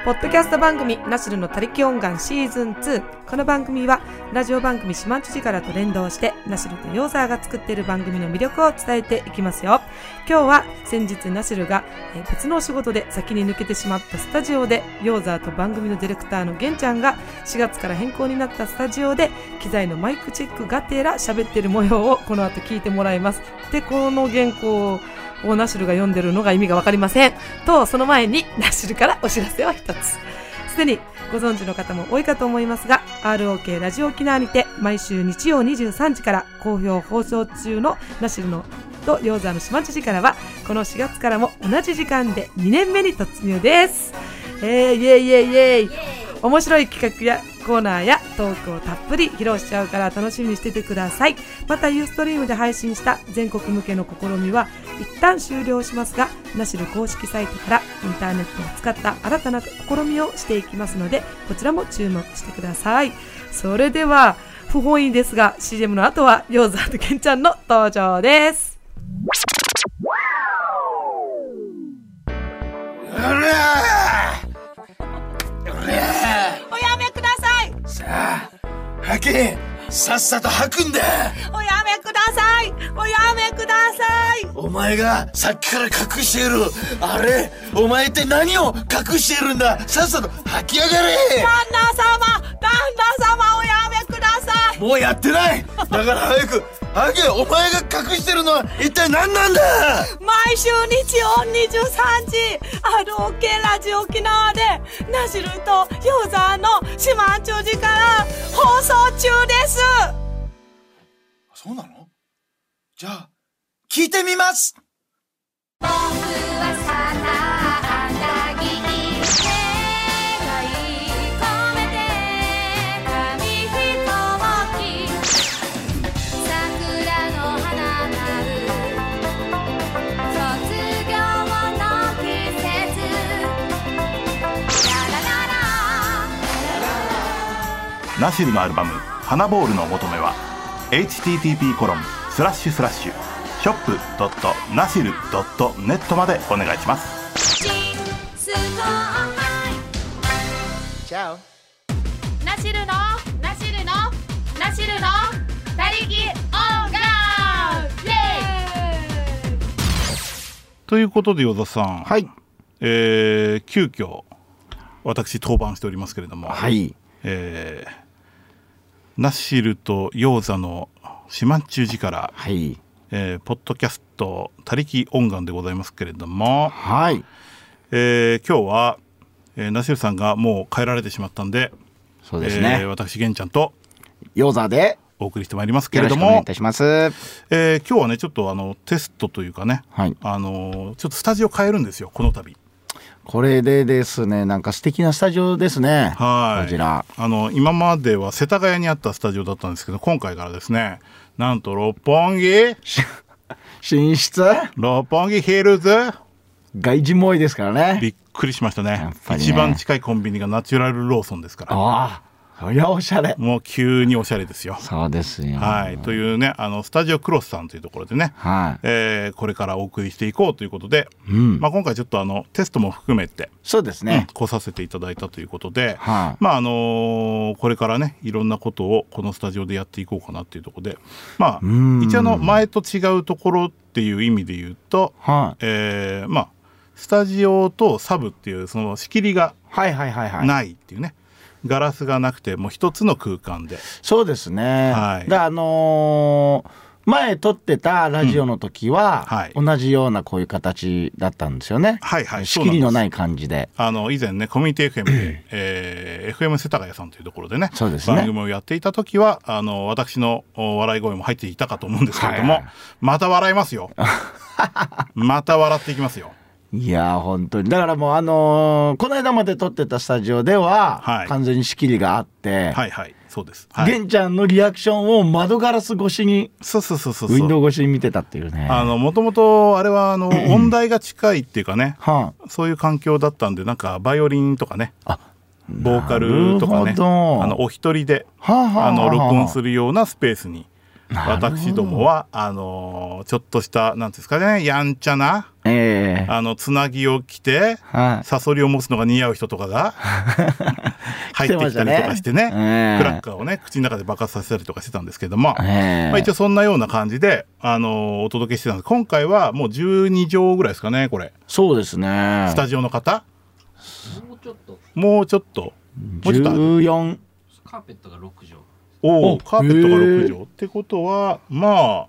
ポッドキャスト番組ナシルの他力音楽シーズン2。この番組はラジオ番組島んちゅじからと連動してナシルとヨーザーが作っている番組の魅力を伝えていきますよ。今日は先日ナシルが別のお仕事で先に抜けてしまったスタジオで、ヨーザーと番組のディレクターのゲンちゃんが4月から変更になったスタジオで機材のマイクチェックがてら喋っている模様をこの後聞いてもらいます。で、この原稿をナシルが読んでるのが意味がわかりませんと、その前にナシルからお知らせを一つ。すでにご存知の方も多いかと思いますが、 ROK ラジオ沖縄にて毎週日曜23時から好評放送中のナシルのとヨーザーの島んちじからは、この4月からも同じ時間で2年目に突入です。イエイイエイイエイ。面白い企画やコーナーやトークをたっぷり披露しちゃうから楽しみにしててください。またユーストリームで配信した全国向けの試みは一旦終了しますが、ナシル公式サイトからインターネットを使った新たな試みをしていきますので、こちらも注目してください。それでは不本意ですが CM の後はヨーザーとケンちゃんの登場です。 おやめください。 さあ吐け、さっさと吐くんだ。 おやめください。おやめください。 お前がさっきから隠しているあれ、お前って何を隠しているんだ。さっさと吐きやがれ。 旦那様おやめください。 もうやってない。だから早く吐け。お前が隠してるのは一体何なんだ。 毎週日曜23時 ROK ラジオ沖縄でナシルとヨーザーの島んちゅじから放送中です。 そうなの？じゃあ聞いてみます。 僕はサターアンダギー願い込めて紙一重桜の花舞う卒業の季節ララララ。 ナシルのアルバム花ボールの求めは http://shop.nashil.net までお願いします。 チャオ。 ナシルの他力音楽イエーイ。 ということで与田さん、 はい、 急遽私登板しておりますけれども、 はい、 ナッシルとヨーザの島んちゅうじから、 はい、 ポッドキャスト他力音楽でございますけれども、 はい、 今日は、ナッシルさんがもう帰られてしまったんで、 そうですね、 私ゲンちゃんとヨーザーでお送りしてまいりますけれども、 よろしくお願いいたします。 今日はねちょっとテストというかね、 はい、 ちょっとスタジオ変えるんですよこの度。 これでですね、なんか素敵なスタジオですね。 はい、 こちら今までは世田谷にあったスタジオだったんですけど、今回からですね、なんと六本木寝室六本木ヒルズ、 外人も多いですからね。 びっくりしましたね。 やっぱりね、 一番近いコンビニがナチュラルローソンですから。 ああ、そりゃおしゃれ。 もう急におしゃれですよ。 そうですよ。 はい、というね、スタジオクロスさんというところでね、 はい、 これからお送りしていこうということで、 うん、 今回ちょっとテストも含めてそうですね、 来させていただいたということで、 はい、 これからねいろんなことをこのスタジオでやっていこうかなっていうところで、一応前と違うところっていう意味で言うと、 はい、 スタジオとサブっていうその仕切りがないっていうね、ガラスがなくてもう一つの空間で。 そうですね、 はい、 で前撮ってたラジオの時は、 はい、 同じようなこういう形だったんですよね。 はいはい、 仕切りのない感じで以前ねコミュニティ FM で、FM 世田谷さんというところでね、 そうですね、 番組をやっていた時は私の笑い声も入っていたかと思うんですけれども、はいはい、また笑いますよまた笑っていきますよ。 いや本当にだからもうこの間まで撮ってたスタジオでは、はい、完全に仕切りがあって、 はいはい、そうです、はい、 玄ちゃんのリアクションを窓ガラス越しに、 そうウィンドウ越しに見てたっていうね。 もともとあれは音大が近いっていうかね、そういう環境だったんで、なんかバイオリンとかね、ボーカルとかね、お一人で録音するようなスペースに私どもはちょっとしたなんですかね、やんちゃな、つなぎを着て、サソリを持つのが似合う人とかが入ってきたりとかしてね、クラッカーをね口の中で爆発させたりとかしてたんですけども、一応そんなような感じでお届けしてたんです。今回はもう12畳ぐらいですかね、これ。 そうですね。 スタジオの方もうちょっと 14。 カーペットが6畳。 おお、カーペットが6畳ってことはまあ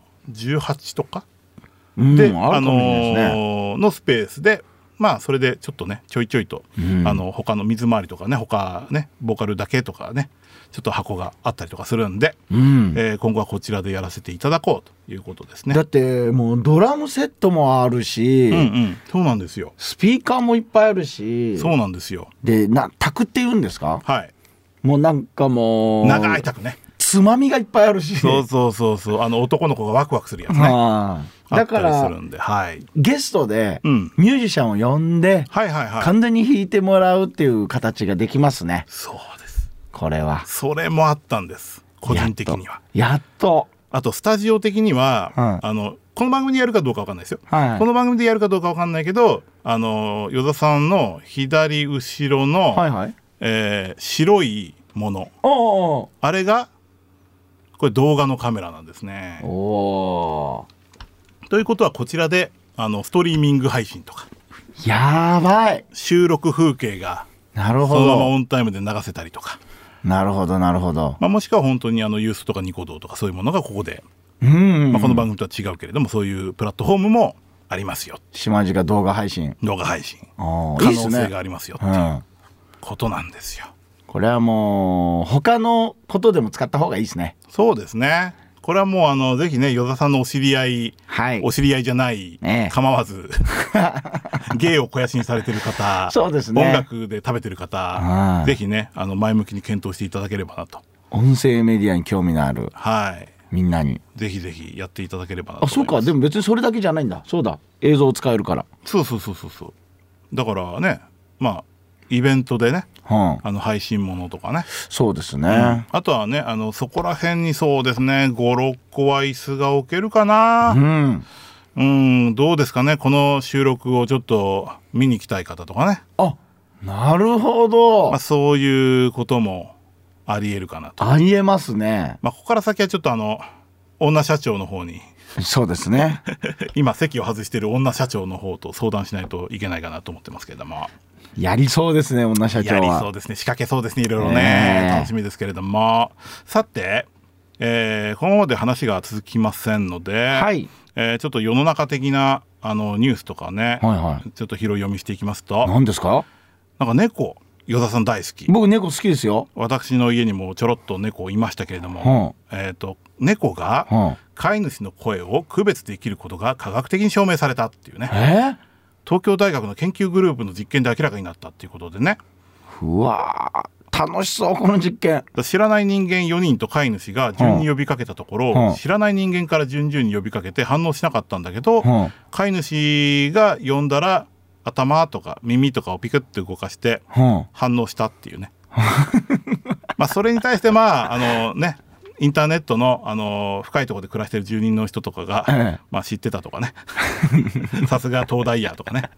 18とかで、のスペースで、まあそれでちょっとねちょいちょいと、他の水回りとかね、他ねボーカルだけとかねちょっと箱があったりとかするんで、今後はこちらでやらせていただこうということですね。 だってもうドラムセットもあるし、 そうなんですよ。 スピーカーもいっぱいあるし。 そうなんですよ。 で卓って言うんですか。 はい。 もうなんかもう長い卓ね。 つまみがいっぱいあるし。 そう男の子がワクワクするやつね。 だからゲストでミュージシャンを呼んで完全に弾いてもらうっていう形ができますね。 そうです。 これはそれもあったんです、個人的には。 やっとあとスタジオ的には、この番組でやるかどうか分かんないですよ、この番組でやるかどうか分かんないけど、与田さんの左後ろの、白いもの、あれがこれ動画のカメラなんですね。ということはこちらでストリーミング配信とか、 やばい収録風景がそのままオンタイムで流せたりとか。 なるほどなるほど。 もしくは本当にユースとかニコ動とかそういうものがここで、この番組とは違うけれどもそういうプラットフォームもありますよ。 島地が動画配信可能性がありますよっていうことなんですよ。 これはもう他のことでも使った方がいいですね。 そうですね。これはもうぜひね、与田さんのお知り合い、お知り合いじゃない、構わず芸を肥やしにされてる方、 そうですね、 音楽で食べてる方、ぜひね前向きに検討していただければなと。 音声メディアに興味のある、みんなにぜひぜひやっていただければなと思います。 そうか。でも別にそれだけじゃないんだ。そうだ、映像を使えるから。 そうだからね、イベントでね、配信ものとかね。 そうですね、 あとはねそこら辺にそうですね 5,6 個は椅子が置けるかな。どうですかね、この収録をちょっと見に来たい方とかね。 なるほど、 そういうこともありえるかなと。 ありえますね。 ここから先はちょっと女社長の方にそうですね今席を外している女社長の方と相談しないといけないかなと思ってますけれども。 やりそうですね、女社長は。 やりそうですね、仕掛けそうですね、いろいろね、楽しみですけれども。さて、このままで話が続きませんので、ちょっと世の中的なニュースとかね、ちょっと拾い読みしていきますと。 何ですか。 なんか猫、与田さん大好き。 僕猫好きですよ。 私の家にもちょろっと猫いましたけれども、猫が飼い主の声を区別できることが科学的に証明されたっていうね、東京大学の研究グループの実験で明らかになったっていうことでね。 うわー、楽しそうこの実験。 知らない人間4人と飼い主が順に呼びかけたところ、知らない人間から順々に呼びかけて反応しなかったんだけど、飼い主が呼んだら頭とか耳とかをピクッと動かして反応したっていうねそれに対してね、インターネットの深いところで暮らしてる住人の人とかが、知ってたとかねさすが東大やとかね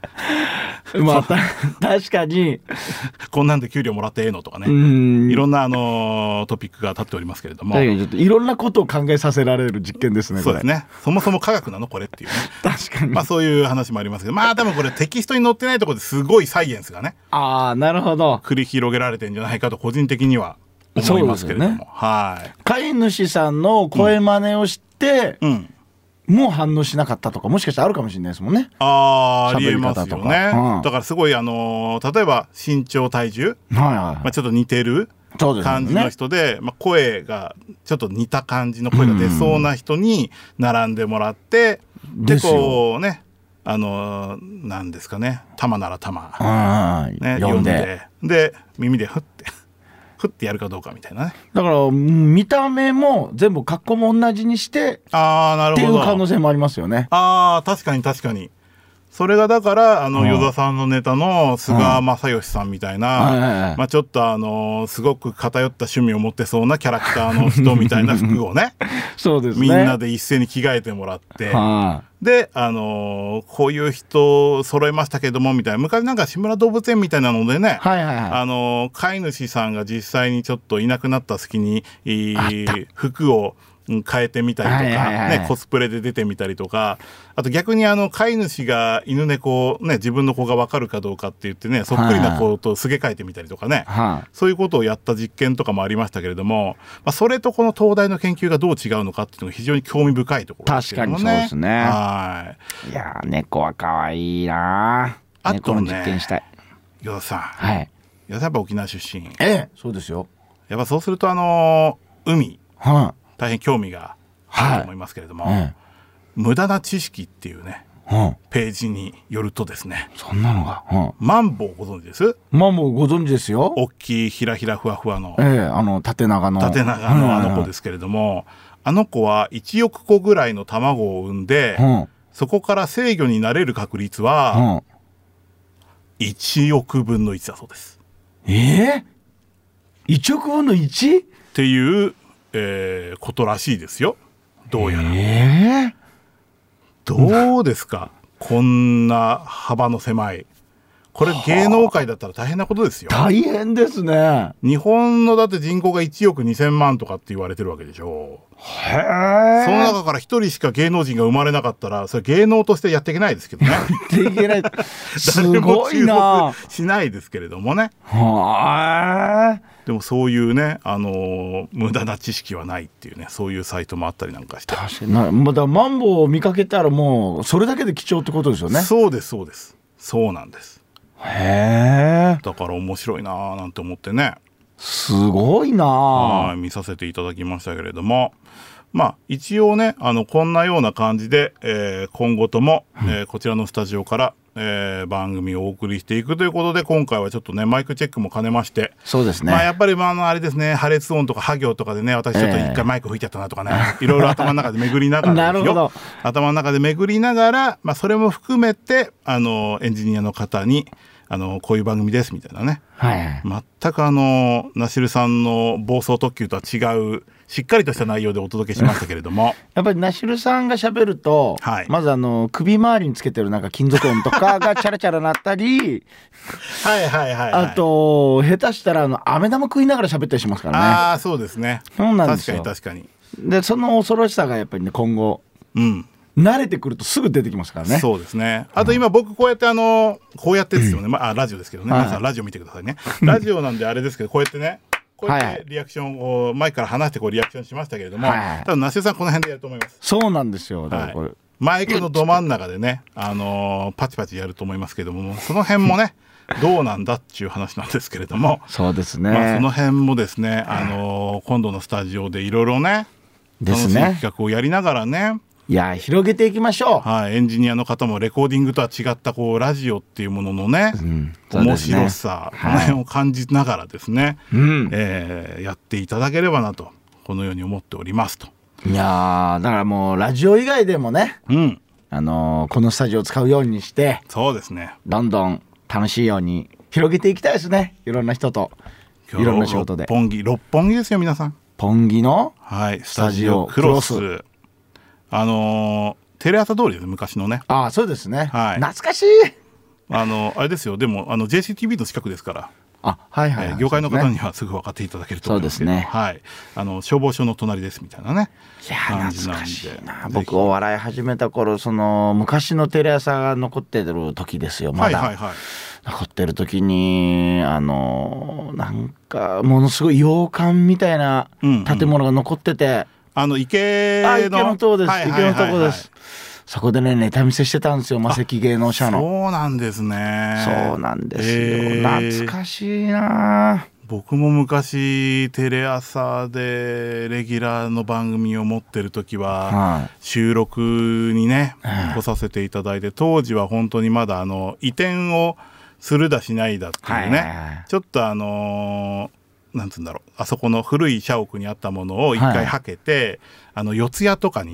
確かにこんなんで給料もらってええのとかね、いろんなトピックが立っておりますけれども、 ちょっといろんなことを考えさせられる実験ですね。 そうですね。そもそも科学なのこれっていうね確かに、 そういう話もありますけど、でもこれテキストに載ってないところですごいサイエンスがね、 なるほど、 繰り広げられてるんじゃないかと個人的には思いますけれども、 飼い主さんの声真似をして、もう反応しなかったとかもしかしたらあるかもしれないですもんね。 ありえますよね、だからすごい例えば身長体重、ちょっと似てる感じの人で、声がちょっと似た感じの声が出そうな人に並んでもらって、でこうねなんですかね、玉なら玉、読んでで耳でふってやるかどうかみたいなね。だから見た目も全部格好も同じにしてっていう可能性もありますよね。 確かにそれがだから与田さんのネタの菅正義さんみたいな、ちょっとすごく偏った趣味を持ってそうなキャラクターの人みたいな服をねそうですね、 みんなで一斉に着替えてもらって、でこういう人揃えましたけどもみたいな、昔なんか志村動物園みたいなのでね、飼い主さんが実際にちょっといなくなった隙に服を変えてみたりとか、ね、コスプレで出てみたりとか、あと逆に飼い主が犬猫、ね、自分の子が分かるかどうかって言ってね、そっくりな子とすげ替えてみたりとかね、そういうことをやった実験とかもありましたけれども、それとこの東大の研究がどう違うのかっていうのが非常に興味深いところですけどもね。 確かにそうですね。いや猫は可愛いな。 あとね、 猫の実験したい。 与田さん、 与田さんやっぱ沖縄出身。 そうですよ。 やっぱそうすると海、大変興味があると思いますけれども、無駄な知識っていうね、ページによるとですね、 そんなのが、 マンボウご存知です？ マンボウご存知ですよ。 大きいひらひらふわふわの、 縦長の子ですけれども、あの子は1億個ぐらいの卵を産んで、そこから成魚になれる確率は、1億分の1だそうです。 1億分の 1？ っていうことらしいですよ、どうやら。どうですか、こんな幅の狭い、これ芸能界だったら大変なことですよ。 大変ですね。 日本のだって人口が1億2000万とかって言われてるわけでしょ。その中から一人しか芸能人が生まれなかったら、それ芸能としてやっていけないですけどね。やっていけない。すごいな。しないですけれどもね。でもそういうね、無駄な知識はないっていうね、そういうサイトもあったりなんかして。 確かにまだマンボウを見かけたらもうそれだけで貴重ってことですよね。 そうですそうです、そうなんです。だから面白いなーなんて思ってね、 すごいな。 見させていただきましたけれども、一応ねこんなような感じで、今後とも、こちらのスタジオから番組をお送りしていくということで、今回はちょっとねマイクチェックも兼ねまして、 そうですね、 やっぱりあれですね、破裂音とか破行とかでね、私ちょっと一回マイク吹いちゃったなとかね、いろいろ頭の中で巡りながらなるほど、 頭の中で巡りながら、それも含めてエンジニアの方にこういう番組ですみたいなね、全くナシルさんの暴走特急とは違うしっかりとした内容でお届けしましたけれどもやっぱりナシルさんが喋ると、まず首周りにつけてるなんか金属音とかがチャラチャラなったりあと下手したら飴玉食いながら喋ったりしますからね。 そうですね、 そうなんですよ。 確かにでその恐ろしさがやっぱりね、今後慣れてくるとすぐ出てきますからね。 そうですね。あと今僕こうやってこうやってですよね、ラジオですけどね、皆さんラジオ見てくださいね。ラジオなんであれですけど、こうやってね、こうやってリアクションを前から話してリアクションしましたけれども、多分ナシルさんこの辺でやると思います。 そうなんですよ。だからこれマイクのど真ん中でね、パチパチやると思いますけども、その辺もねどうなんだっていう話なんですけれども、 そうですね、 その辺もですね、今度のスタジオでいろいろね楽しい企画をやりながらね、 広げていきましょう。 エンジニアの方もレコーディングとは違ったラジオっていうもののね、面白さ、この辺を感じながらですね、やっていただければなとこのように思っておりますと。 だからもうラジオ以外でもね、このスタジオを使うようにして、 そうですね、 どんどん楽しいように広げていきたいですね。いろんな人といろんな仕事で。 六本木ですよ皆さん。 ポンギのスタジオクロス、テレ朝通りです昔のね。 そうですね、懐かしい。あれですよ、でもJCTV の近くですから、業界の方にはすぐ分かっていただけると思いますけど、消防署の隣ですみたいなね。 懐かしいな。僕お笑い始めた頃、その昔のテレ朝が残ってる時ですよ。まだ残ってる時になんかものすごい洋館みたいな建物が残ってて、 池のとこです。池のとこです。そこでね、ネタ見せしてたんですよ、マセキ芸能社の。 そうなんですね。 そうなんですよ。懐かしいな。 僕も昔テレ朝でレギュラーの番組を持ってる時は、収録にね来させていただいて、当時は本当にまだ移転をするだしないだっていうね、ちょっとなんつうんだろう、あそこの古い社屋にあったものを一回はけて、四谷とかにね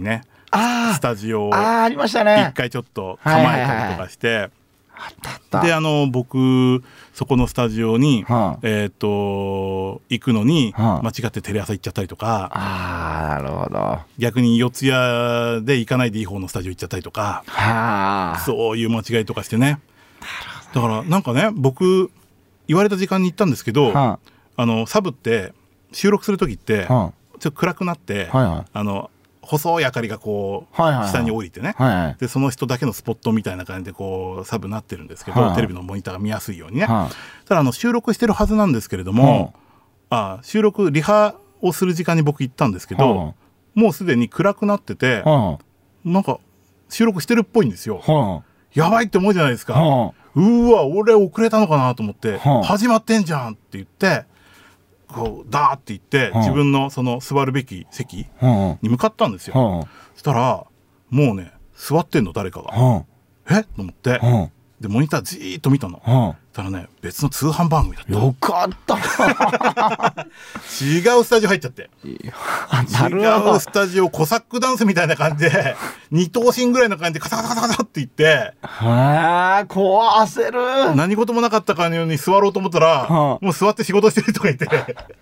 あスタジオをありましたね。 一回ちょっと構えたりとかして、で僕そこのスタジオに、行くのに、間違ってテレ朝行っちゃったりとか、 なるほど。 逆に四谷で行かないでいい方のスタジオ行っちゃったりとか、そういう間違いとかしてね。だからなんかね、僕言われた時間に行ったんですけど、サブって収録する時って、ちょっと暗くなって、細い明かりがこう、下に降りてね、でその人だけのスポットみたいな感じでこうサブになってるんですけど、テレビのモニターが見やすいようにね、ただ収録してるはずなんですけれども、収録リハをする時間に僕行ったんですけど、もうすでに暗くなってて、なんか収録してるっぽいんですよ。やばいって思うじゃないですか。うわ俺遅れたのかなと思って、始まってんじゃんって言ってこうダーって行って、自分のその座るべき席に向かったんですよ。そしたらもうね座ってんの誰かが、えと思って、でモニターじーっと見たの。そしたらね別の通販番組だった。 よかった違うスタジオ入っちゃって、違うスタジオコサックダンスみたいな感じで二頭身ぐらいの感じでカサカサカサカサっていって、 怖焦る。 何事もなかったかのように座ろうと思ったら、もう座って仕事してる人がいてよ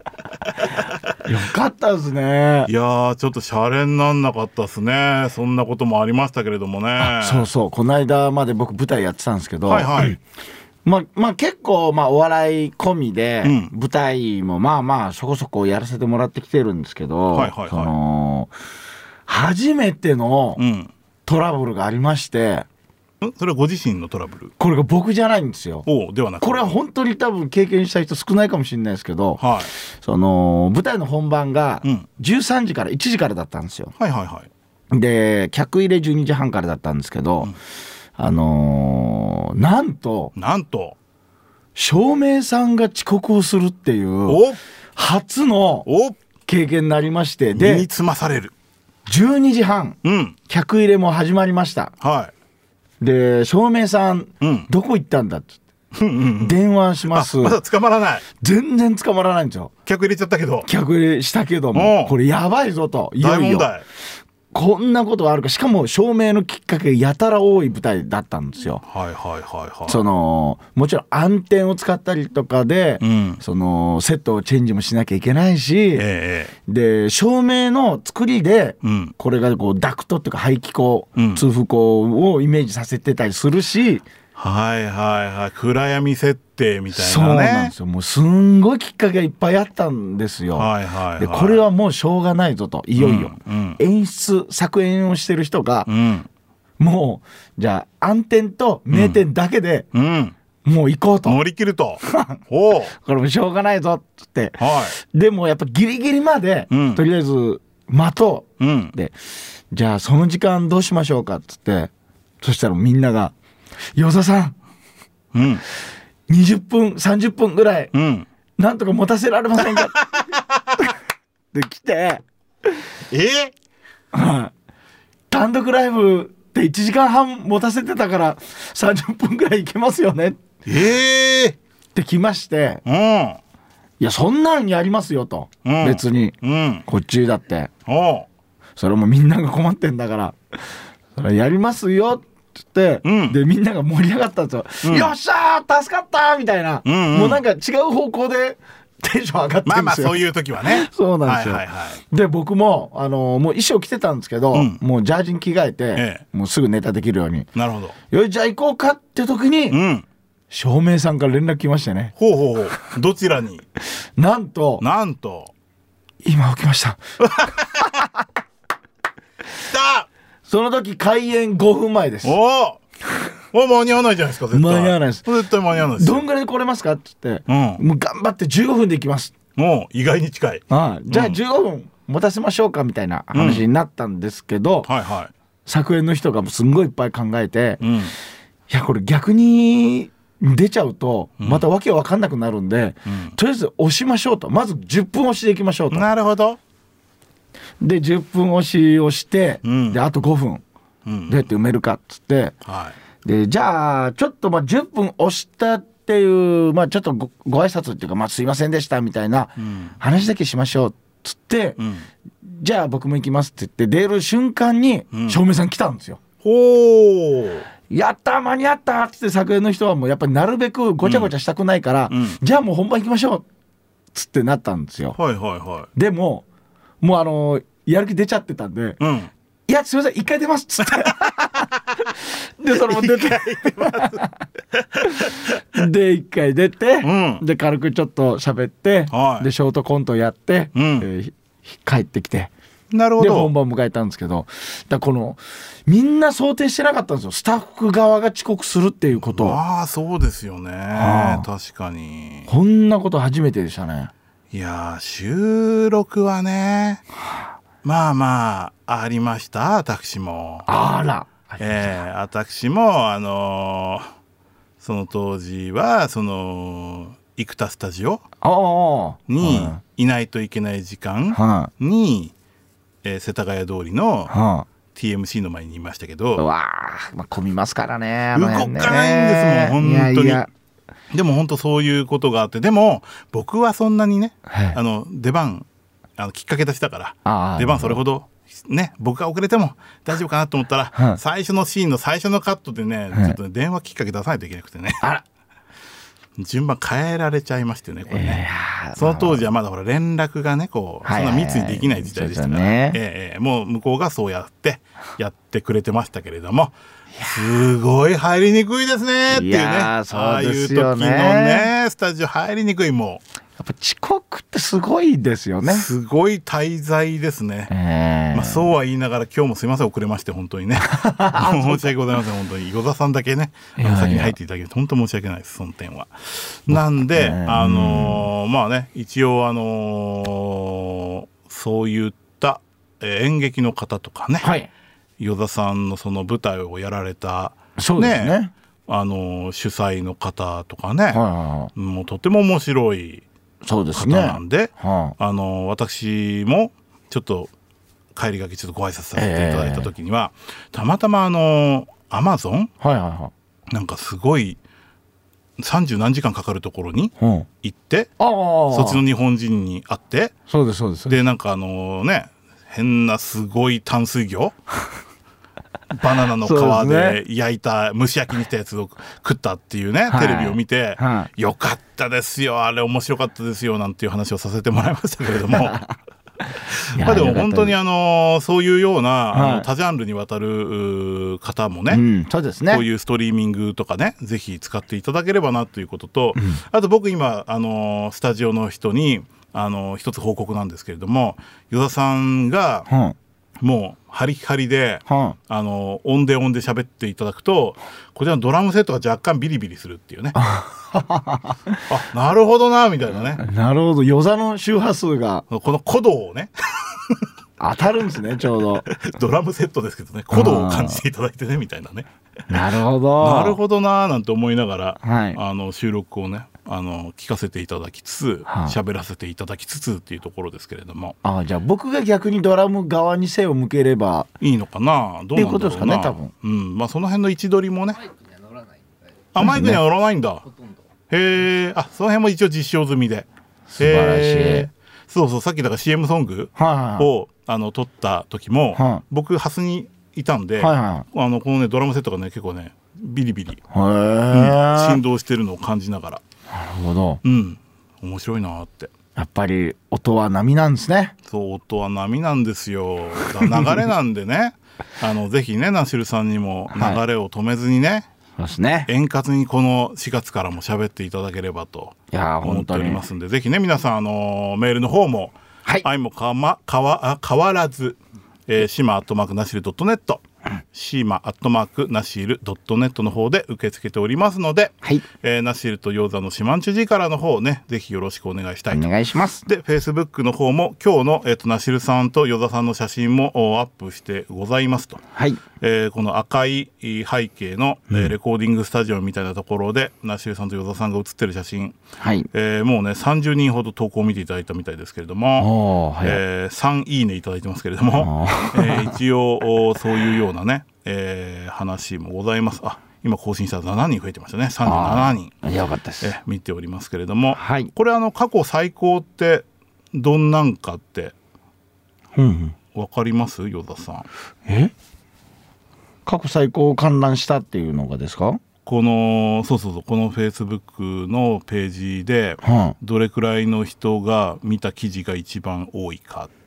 かったですね。 いやちょっとシャレになんなかったですね。そんなこともありましたけれどもね。 そうそう、この間まで僕舞台やってたんですけど、結構お笑い込みで、舞台もそこそこやらせてもらってきてるんですけど、初めてのトラブルがありまして、 それはご自身のトラブル？ これが僕じゃないんですよ。 ではなく、これは本当に多分経験した人少ないかもしれないですけど、舞台の本番が13時から1時からだったんですよ。で客入れ12時半からだったんですけど、なんと照明さんが遅刻をするっていう初の経験になりまして、 で身につまされる。 12時半、客入れも始まりました。で照明さん、どこ行ったんだって電話します。 まだ捕まらない。 全然捕まらないんですよ。 客入れちゃったけど、 客入れしたけども、これやばいぞと、いよいよ大問題。 こんなことがあるか。しかも照明のきっかけやたら多い舞台だったんですよ。もちろん暗転を使ったりとかで、そのセットをチェンジもしなきゃいけないし、で照明の作りで、これがこうダクトっていうか排気口、通風口をイメージさせてたりするし、 暗闇設定みたいなね。 そうなんですよ。もうすんごいきっかけがいっぱいあったんですよ。でこれはもうしょうがないぞと、いよいよ、作演をしてる人が、もうじゃあ暗転と明転だけで、もう行こうと、 乗り切るとこれもしょうがないぞっつって、でもやっぱギリギリまで、とりあえず待とう、でじゃあその時間どうしましょうかっつって、そしたらみんなが与座さん、20分30分ぐらい、なんとか持たせられませんかって来て、単独ライブって1時間半持たせてたから30分ぐらいいけますよねって来まして、いやそんなのやりますよと、別に、こっちだって、それもみんなが困ってんだからそれやりますよって、でみんなが盛り上がったんですよ。よっしゃー助かったみたいな、もうなんか違う方向でテンション上がってるんですよ。 そういう時はね。 そうなんですよ。で僕ももう衣装着てたんですけど、もうジャージに着替えて、もうすぐネタできるように。 なるほど。 よしじゃあ行こうかって時に、照明さんから連絡来ましてね。 どちらに？ なんと今起きました。 来た。 その時開演5分前です。 間に合わないじゃないですか。絶対間に合わないです。 絶対間に合わないです。 どんぐらい来れますかって言って、もう頑張って15分で行きます。 意外に近い。 じゃあ15分持たせましょうかみたいな話になったんですけど、作演の人がすんごいいっぱい考えて、いやこれ逆に出ちゃうとまたわけわかんなくなるんで、とりあえず押しましょうと、まず10分押しでいきましょうと。 なるほど。 で10分押しをして、であと5分、どうやって埋めるかっつって、でじゃあちょっと10分押したっていう、ちょっと ご挨拶っていうか、すいませんでしたみたいな話だけしましょうっつって、 じゃあ僕も行きますって言って出る瞬間に照明さん来たんですよ。 ほう。 やった間に合ったっつって作演の人はもうやっぱりなるべくごちゃごちゃしたくないから、じゃあもう本番行きましょうっつってなったんですよ。 はいはいはい。 でもうやる気出ちゃってたんで、いやすいません一回出ますっつってでそれも出てで一回出て、で軽くちょっと喋って、でショートコントやって、帰ってきて、 なるほど。 で本番迎えたんですけど、このみんな想定してなかったんですよ、スタッフ側が遅刻するっていうことを。 ああそうですよね、確かにこんなこと初めてでしたね。 いや収録はねまあありました。私も私もその当時はその生田スタジオにいないといけない時間に、世田谷通りの TMC の前にいましたけど、 混みますからね、 動かないんですもん本当に。でも本当そういうことがあって、でも僕はそんなにね、出番きっかけ出したから出番それほどね、僕が遅れても大丈夫かなと思ったら、最初のシーンの最初のカットでね、ちょっと電話きっかけ出さないといけなくてね、順番変えられちゃいましてね、これね。その当時はまだほら連絡がねこうそんな密にできない時代でしたから、もう向こうがそうやってやってくれてましたけれども、すごい入りにくいですねっていうね、ああいう時のねスタジオ入りにくい。もうやっぱ遅刻ってすごいですよね。 すごい滞在ですね。そうは言いながら今日もすいません遅れまして本当にね申し訳ございません。本当に与田さんだけね先に入っていただけて本当申し訳ないです、その点は。なんでまあね一応そういった演劇の方とかね、与田さんのその舞台をやられたそうですね、 主催の方とかね、もうとても面白い方なんで、私もちょっと帰りがけちょっとご挨拶させていただいた時には、たまたまAmazon、なんかすごい30何時間かかるところに行って、そっちの日本人に会って、でなんかね変なすごい淡水魚バナナの皮で焼いた蒸し焼きにしたやつを食ったっていうね、テレビを見て、よかったですよあれ面白かったですよなんていう話をさせてもらいましたけれどもまあでも本当にそういうような多ジャンルにわたる方もね、こういうストリーミングとかねぜひ使っていただければなということと、あと僕今スタジオの人に一つ報告なんですけれども、与田さんがもうハリハリで音で喋っていただくと、こちらのドラムセットが若干ビリビリするっていうねあ、なるほどなみたいなね。 なるほど、与座の周波数がこの鼓動をね当たるんですね、ちょうどドラムセットですけどね、鼓動を感じていただいてねみたいなね。 なるほどなるほどななんて思いながら、収録をね聞かせていただきつつ喋らせていただきつつっていうところですけれども、 じゃあ僕が逆にドラム側に背を向ければいいのかな、どうなんだろうなっていうことですかね多分。まあその辺の位置取りもね、マイクには乗らないんだ。へえ、その辺も一応実証済みで素晴らしい。 そうさっきだから CM ソングを撮った時も僕ハスにいたんで、このねドラムセットがね結構ねビリビリ振動してるのを感じながら、 なるほど、 面白いなって。 やっぱり音は波なんですね。 そう音は波なんですよ。流れなんでねぜひねナシルさんにも流れを止めずにね、 そうですね、 円滑にこの4月からも喋っていただければと思っておりますんで、ぜひね皆さんメールの方も愛も変わらずshima@nashil.net shima@nashil.net の方で受け付けておりますので、ナシルとヨーザのシマンチュジからの方ねぜひよろしくお願いしたいと。 お願いします。 で Facebook の方も今日の、ナシルさんとヨーザさんの写真もアップしてございますと、この赤い背景の、レコーディングスタジオみたいなところでナシルさんとヨーザさんが写ってる写真、もうね30人ほど投稿を見ていただいたみたいですけれども、3いいねいただいてますけれども、一応そういうようなね、話もございます。今更新したら7人増えてましたね。37人よかったです、 見ておりますけれども、これ過去最高ってどんなんかってわかります与田さん。 過去最高を観覧したっていうのがですか？ このこのフェイスブックのページでどれくらいの人が見た記事が一番多いかって。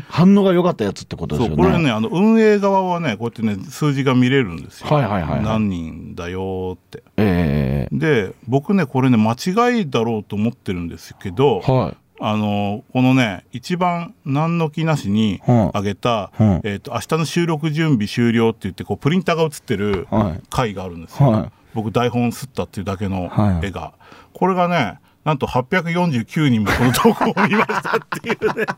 反応が良かったやつってことですよね。 そう、これね運営側はねこうやってね数字が見れるんですよ。何人だよって。で僕ねこれね間違いだろうと思ってるんですけど、このね一番何の気なしに上げた、明日の収録準備終了って言ってこうプリンターが写ってる回があるんですよ。僕台本刷ったっていうだけの絵が、これがねなんと849人もこの投稿を見ましたっていうね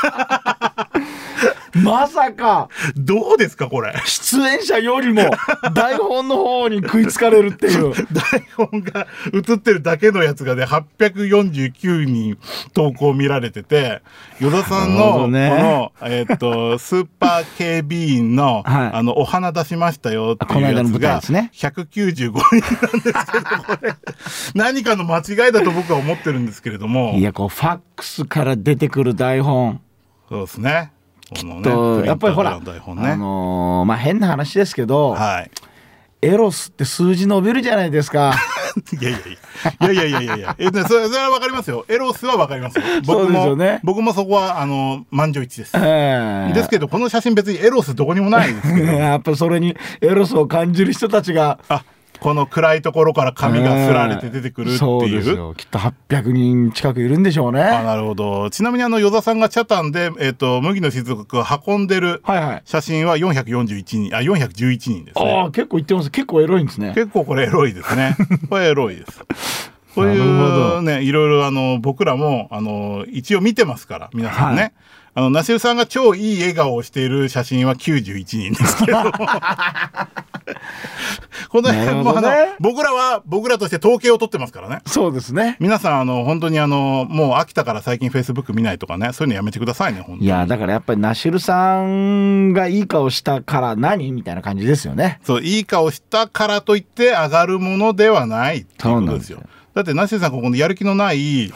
まさかどうですかこれ。 出演者よりも台本の方に食いつかれるっていう台本が映ってるだけのやつがね849人投稿見られてて、与田さんのこの、スーパー警備員の、お花出しましたよっていうやつが195人なんですけど、これ何かの間違いだと僕は思ってるんですけれども。 いやこうファックスから出てくる台本、 そうですね。 やっぱりほら、変な話ですけど、エロスって数字伸びるじゃないですか。 いやそれは分かりますよ。エロスは分かりますよ。僕もそこは満場一致です。ですけどこの写真別にエロスどこにもないですけどやっぱりそれにエロスを感じる人たちがこの暗いところから紙がすられて出てくるっていう、 そうですよ。きっと800人近くいるんでしょうね。 なるほど。ちなみに与田さんがチャタンで、麦の雫が運んでる写真は411人、411人ですね。 結構いってます。結構エロいんですね。 結構これエロいですね。これエロいです。そういうね、いろいろ僕らも一応見てますから皆さんね。ナシルさんが超いい笑顔をしている写真は91人ですけどこの辺も僕らとして統計を取ってますからね。 そうですね。 皆さん本当にもう飽きたから最近フェイスブック見ないとかね、そういうのやめてくださいね。本当に。 いやだからやっぱりナシルさんがいい顔したから何みたいな感じですよね。 そう、いい顔したからといって上がるものではないっていうことですよ。だってナシルさんここのやる気のない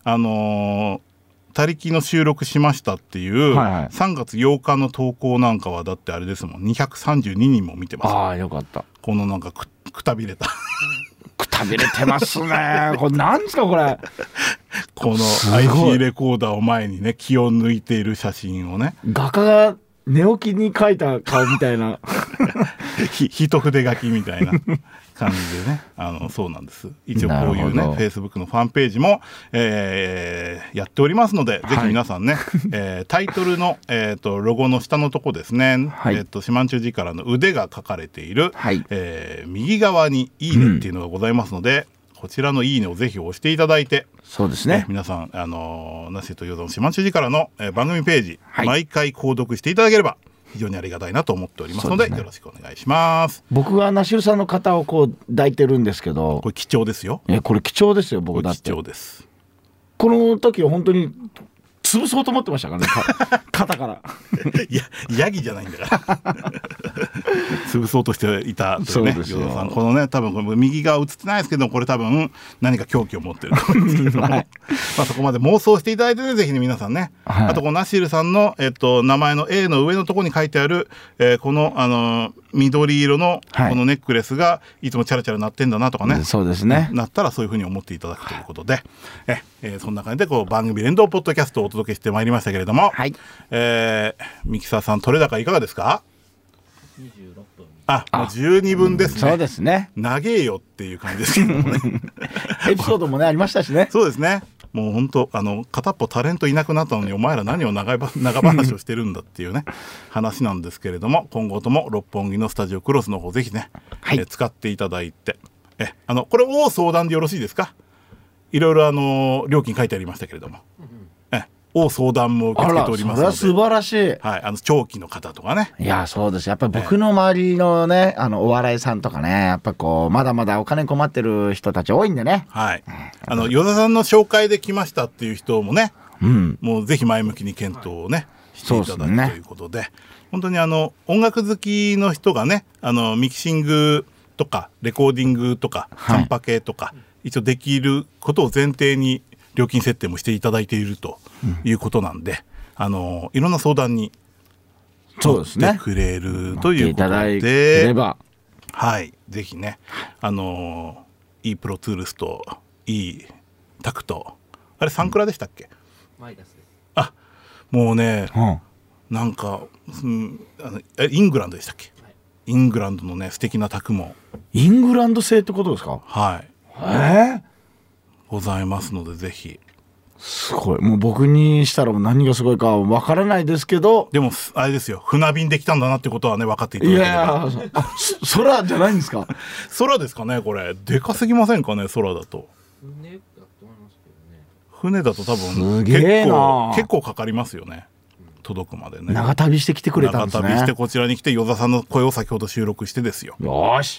他力の収録しましたっていう3月8日の投稿なんかはだってあれですもん、232人も見てます。 よかった。 このなんかくたびれたくたびれてますねこれなんですかこれこの IC レコーダーを前にね気を抜いている写真をね、 画家が寝起きに描いた顔みたいな一筆書きみたいな感じでねそうなんです。一応こういうね Facebook のファンページも、やっておりますので、ぜひ皆さんね、タイトルの、ロゴの下のとこですね、四万十字からの腕が書かれている、右側にいいねっていうのがございますので、こちらのいいねをぜひ押していただいて、 そうですね、 皆さんナシと与田の四万十字からの、番組ページ、毎回購読していただければ非常にありがたいなと思っておりますので、よろしくお願いします。 僕がナシルさんの肩をこう抱いてるんですけど、これ貴重ですよ。 これ貴重ですよ。僕だって貴重です。 この時は本当に潰そうと思ってましたからね肩からいやヤギじゃないんだから潰そうとしていたというね。与田さんこのね多分これ右側映ってないですけど、これ多分何か凶器を持ってると思うんですけども、そこまで妄想していただいて、ね、ぜひね皆さんね、あとこのナシルさんの、名前の A の上のところに書いてある、この緑色のこのネックレスがいつもチャラチャラ鳴ってんだなとかね、 そうですね、 なったらそういうふうに思っていただくということで、そんな感じでこう番組連動ポッドキャストをお届けしてまいりましたけれども、ミキサーさん取れ高いかがですか？26分。もう12分ですね。 そうですね。 長えよっていう感じですけどもねエピソードもねありましたしね。 そうですね。もう本当片っぽタレントいなくなったのにお前ら何を長話をしてるんだっていうね話なんですけれども、今後とも六本木のスタジオクロスの方ぜひね、使っていただいて、これを相談でよろしいですか？いろいろ料金書いてありましたけれども、を相談も受け付けておりますので。 それは素晴らしい。 長期の方とかね。 いやそうです。やっぱり僕の周りのねお笑いさんとかね、やっぱこうまだまだお金困ってる人たち多いんでね。 与田さんの紹介で来ましたっていう人もね、もうぜひ前向きに検討をねしていただくということで、本当に音楽好きの人がねミキシングとかレコーディングとかカンパケとか、一応できることを前提に料金設定もしていただいているということなんで、 いろんな相談に乗ってくれるということで、はい、ぜひね、いいプロツールスといいタクト、あれサンクラでしたっけ？ マイダスです。 あ、もうね、なんか、イングランドでしたっけ？イングランドのね素敵なタクもイングランド製ってことですか？ はい、ございますので、ぜひ。 すごい、もう僕にしたら何がすごいかわからないですけど、 でもあれですよ、船便できたんだなってことはね分かっていただければ。いや空じゃないんですか？ 空ですかね、これでかすぎませんかね、空だと。 船だと思いますけどね。 船だと多分結構かかりますよね、届くまでね。 長旅してきてくれたんですね。 長旅してこちらに来て与座さんの声を先ほど収録してですよ。 よし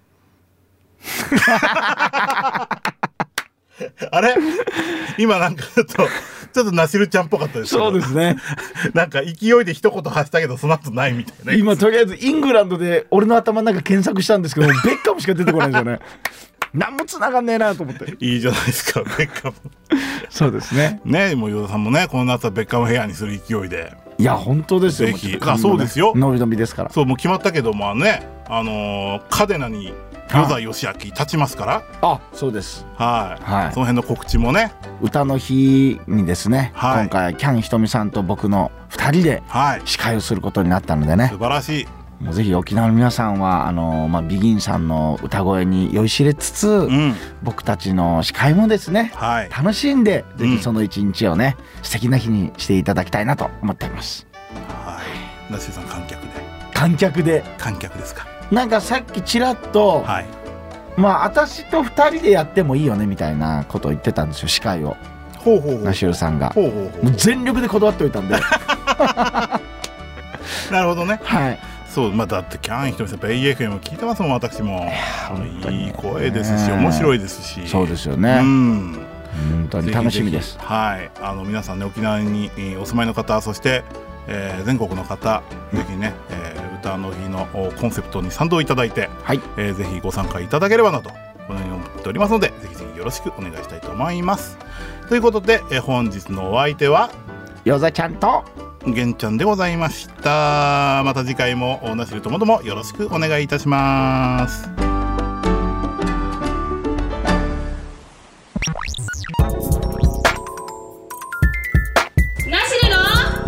あれ今なんかちょっとナシルちゃんっぽかったですけど。 そうですねなんか勢いで一言発したけどその後ないみたいな。 今とりあえずイングランドで俺の頭の中検索したんですけどベッカムしか出てこないんですよね何も繋がんねえなと思って。 いいじゃないですか、ベッカムそうですね。 ね、もう与田さんもねこの夏はベッカムヘアにする勢いで。 いや本当ですよ、 ぜひ。そうですよ、 伸び伸びですから。 そう、もう決まったけどもね、カデナに与田義明立ちますから。 あ、そうです。 はい、その辺の告知もね、 歌の日にですね、今回キャンひとみさんと僕の2人で司会をすることになったのでね、 素晴らしい。 もうぜひ沖縄の皆さんはビギンさんの歌声に酔いしれつつ、僕たちの司会もですね、楽しんで、ぜひその一日をね、素敵な日にしていただきたいなと思っています。 はい、ナシさん観客ですか？ なんかさっきちらっと、私と2人でやってもいいよねみたいなことを言ってたんですよ、司会を。ナシルさんがもう全力で断っておいたんでなるほどね。 はい。 そう、だってキャンひとみさん BayFM 聞いてますもん、私も。いい声ですし面白いですし。 そうですよね。本当に楽しみです。 はい、皆さんね、沖縄にお住まいの方、そして、全国の方、ぜひね、歌の日のコンセプトに賛同いただいて、ぜひご参加いただければなとこのように思っておりますので、ぜひぜひよろしくお願いしたいと思います。ということで、本日のお相手はよざちゃんと玄ちゃんでございました。また次回もナシルともどもよろしくお願いいたします。 ナシルの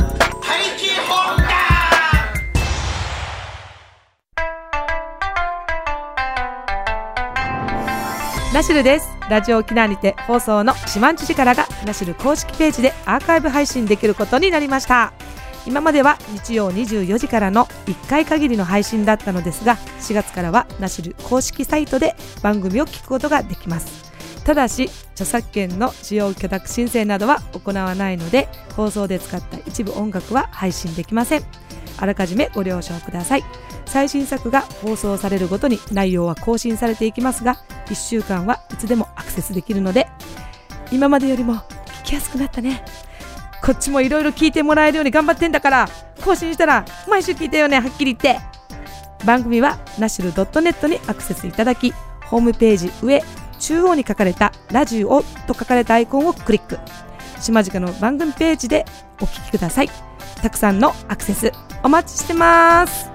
ナシルです。ラジオ沖縄にて放送の四万十時からがナシル公式ページでアーカイブ配信できることになりました。今までは日曜24時からの1回限りの配信だったのですが、4月からはナシル公式サイトで番組を聞くことができます。ただし著作権の使用許諾申請などは行わないので、放送で使った一部音楽は配信できません。あらかじめご了承ください。最新作が放送されるごとに内容は更新されていきますが、1週間はいつでもアクセスできるので、今までよりも聞きやすくなったね。こっちもいろいろ聞いてもらえるように頑張ってんだから、更新したら毎週聞いてよね、はっきり言って。番組はナシル .net にアクセスいただき、ホームページ上中央に書かれたラジオと書かれたアイコンをクリック。島近の番組ページでお聞きください。たくさんのアクセスお待ちしてます。